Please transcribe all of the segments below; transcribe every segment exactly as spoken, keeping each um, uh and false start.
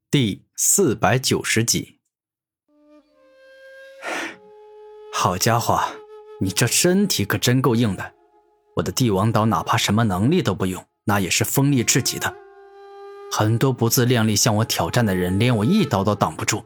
第四百九十集。好家伙，你这身体可真够硬的，我的帝王刀哪怕什么能力都不用，那也是锋利至极的。很多不自量力向我挑战的人，连我一刀都挡不住。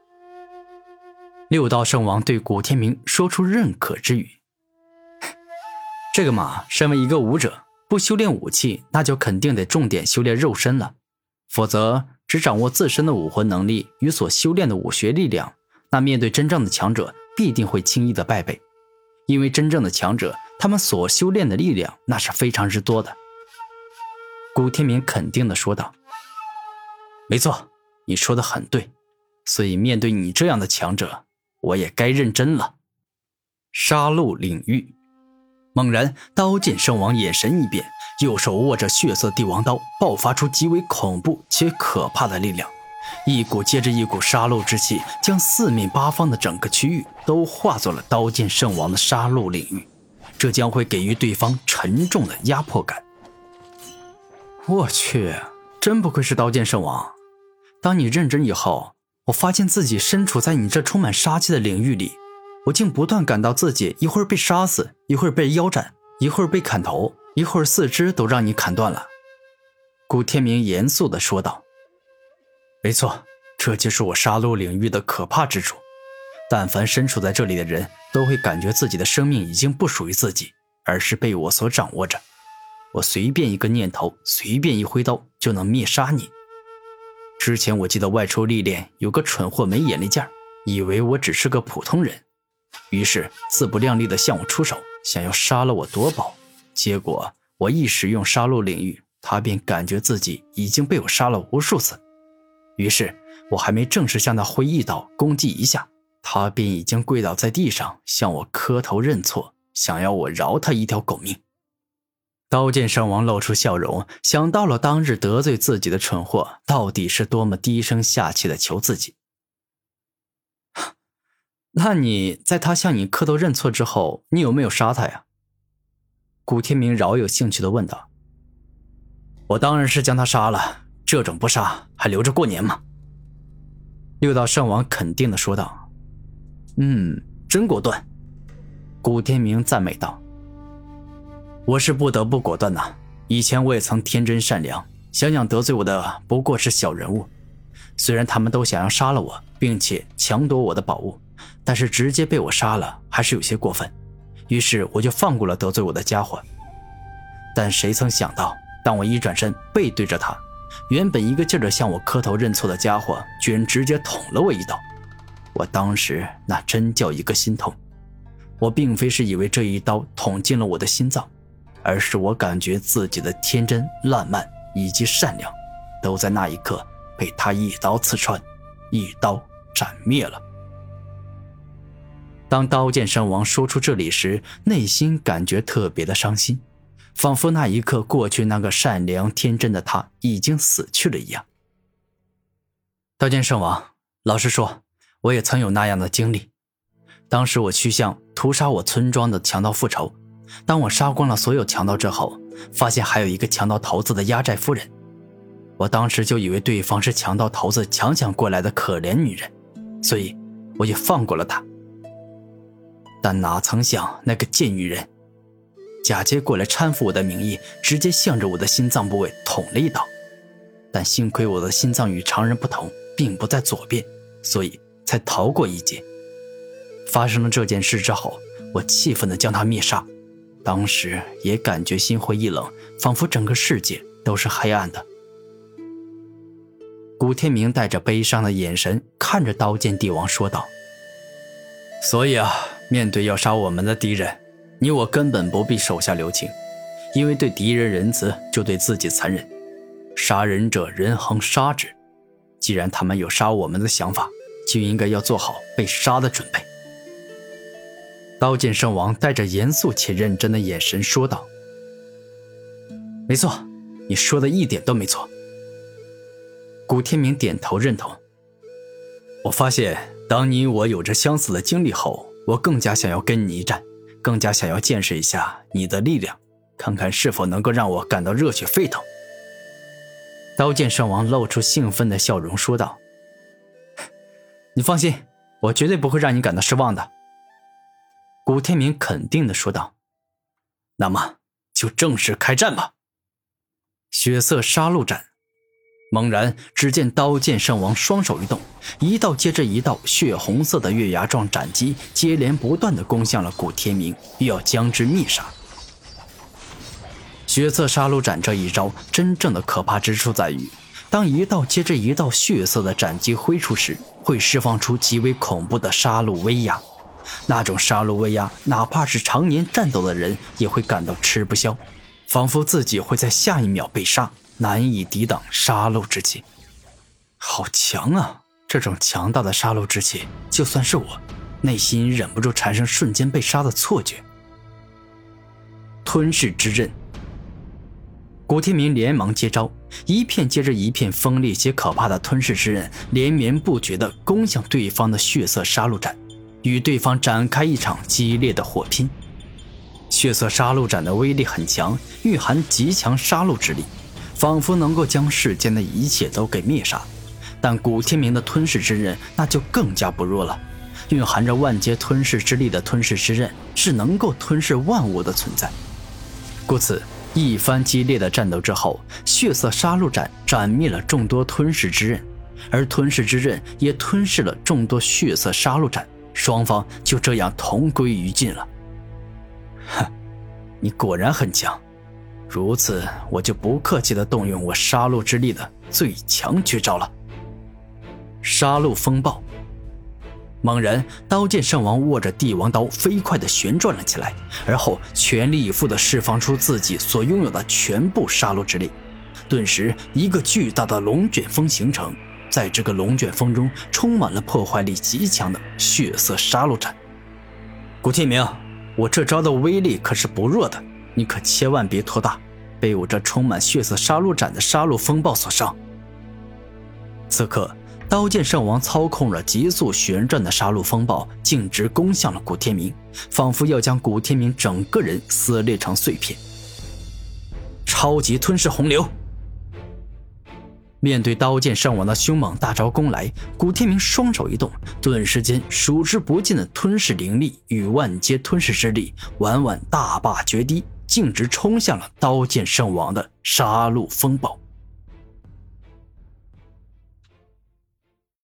六道圣王对古天明说出认可之语。这个嘛，身为一个武者，不修炼武器，那就肯定得重点修炼肉身了，否则只掌握自身的武魂能力与所修炼的武学力量，那面对真正的强者必定会轻易的败北。因为真正的强者，他们所修炼的力量那是非常之多的。古天明肯定的说道。没错，你说的很对，所以面对你这样的强者，我也该认真了。杀戮领域。猛然，刀剑圣王眼神一变，右手握着血色帝王刀，爆发出极为恐怖且可怕的力量，一股接着一股杀戮之气，将四面八方的整个区域都化作了刀剑圣王的杀戮领域，这将会给予对方沉重的压迫感。我去，真不愧是刀剑圣王，当你认真以后，我发现自己身处在你这充满杀气的领域里，我竟不断感到自己一会儿被杀死，一会儿被腰斩，一会儿被砍头，一会儿四肢都让你砍断了。古天明严肃地说道。没错，这就是我杀戮领域的可怕之处，但凡身处在这里的人都会感觉自己的生命已经不属于自己，而是被我所掌握着。我随便一个念头，随便一挥刀就能灭杀你。之前我记得外出历练，有个蠢货没眼力见儿，以为我只是个普通人，于是自不量力地向我出手，想要杀了我夺宝。结果我一使用杀戮领域，他便感觉自己已经被我杀了无数次。于是我还没正式向他挥一刀攻击一下，他便已经跪倒在地上，向我磕头认错，想要我饶他一条狗命。刀剑圣王露出笑容，想到了当日得罪自己的蠢货到底是多么低声下气的求自己。那你在他向你磕头认错之后，你有没有杀他呀？古天明饶有兴趣地问道。我当然是将他杀了，这种不杀还留着过年吗？六道圣王肯定地说道。嗯，真果断。古天明赞美道。我是不得不果断呐，以前我也曾天真善良，想想得罪我的不过是小人物，虽然他们都想要杀了我，并且强夺我的宝物，但是直接被我杀了还是有些过分，于是我就放过了得罪我的家伙。但谁曾想到，当我一转身背对着他，原本一个劲儿地向我磕头认错的家伙居然直接捅了我一刀。我当时那真叫一个心痛，我并非是以为这一刀捅进了我的心脏，而是我感觉自己的天真、烂漫以及善良都在那一刻被他一刀刺穿，一刀斩灭了。当刀剑圣王说出这里时，内心感觉特别的伤心，仿佛那一刻过去那个善良天真的他已经死去了一样。刀剑圣王，老实说，我也曾有那样的经历。当时我去向屠杀我村庄的强盗复仇，当我杀光了所有强盗之后，发现还有一个强盗头子的压寨夫人，我当时就以为对方是强盗头子强抢过来的可怜女人，所以我也放过了她。但哪曾想那个贱女人假借过来搀扶我的名义，直接向着我的心脏部位捅了一刀。但幸亏我的心脏与常人不同，并不在左边，所以才逃过一劫。发生了这件事之后，我气愤地将她灭杀，当时也感觉心灰意冷，仿佛整个世界都是黑暗的。古天明带着悲伤的眼神看着刀剑帝王说道。所以啊，面对要杀我们的敌人，你我根本不必手下留情，因为对敌人仁慈就对自己残忍，杀人者人恒杀之，既然他们有杀我们的想法，就应该要做好被杀的准备。刀剑圣王带着严肃且认真的眼神说道。没错，你说的一点都没错。古天明点头认同。我发现当你我有着相似的经历后，我更加想要跟你一战，更加想要见识一下你的力量，看看是否能够让我感到热血沸腾。 刀剑圣王露出兴奋的笑容说道：你放心，我绝对不会让你感到失望的。古天明肯定地说道：那么就正式开战吧。血色杀戮斩。猛然只见刀剑圣王双手一动，一道接着一道血红色的月牙状斩击接连不断地攻向了古天明，欲要将之灭杀。血色杀戮斩这一招真正的可怕之处在于，当一道接着一道血色的斩击挥出时，会释放出极为恐怖的杀戮威压。那种杀戮威压，哪怕是常年战斗的人也会感到吃不消，仿佛自己会在下一秒被杀，难以抵挡杀戮之气。好强啊！这种强大的杀戮之气，就算是我，内心忍不住产生瞬间被杀的错觉。吞噬之刃。古天明连忙接招，一片接着一片锋利且可怕的吞噬之刃连绵不绝地攻向对方的血色杀戮斩，与对方展开一场激烈的火拼。血色杀戮斩的威力很强，蕴含极强杀戮之力，仿佛能够将世间的一切都给灭杀。但古天明的吞噬之刃那就更加不弱了，蕴含着万阶吞噬之力的吞噬之刃是能够吞噬万物的存在。故此一番激烈的战斗之后，血色杀戮斩斩灭了众多吞噬之刃，而吞噬之刃也吞噬了众多血色杀戮斩，双方就这样同归于尽了。哼，你果然很强，如此我就不客气地动用我杀戮之力的最强绝招了。杀戮风暴。猛然，刀剑圣王握着帝王刀飞快地旋转了起来，而后全力以赴地释放出自己所拥有的全部杀戮之力。顿时，一个巨大的龙卷风形成，在这个龙卷风中充满了破坏力极强的血色杀戮斩。古天明，我这招的威力可是不弱的，你可千万别拖大，被我这充满血色杀戮斩的杀戮风暴所伤。此刻，刀剑圣王操控了急速旋转的杀戮风暴，径直攻向了古天明，仿佛要将古天明整个人撕裂成碎片。超级吞噬洪流。面对刀剑圣王的凶猛大招攻来，古天明双手一动，顿时间数之不尽的吞噬灵力与万阶吞噬之力晚晚大罢绝堤，径直冲向了刀剑圣王的杀戮风暴。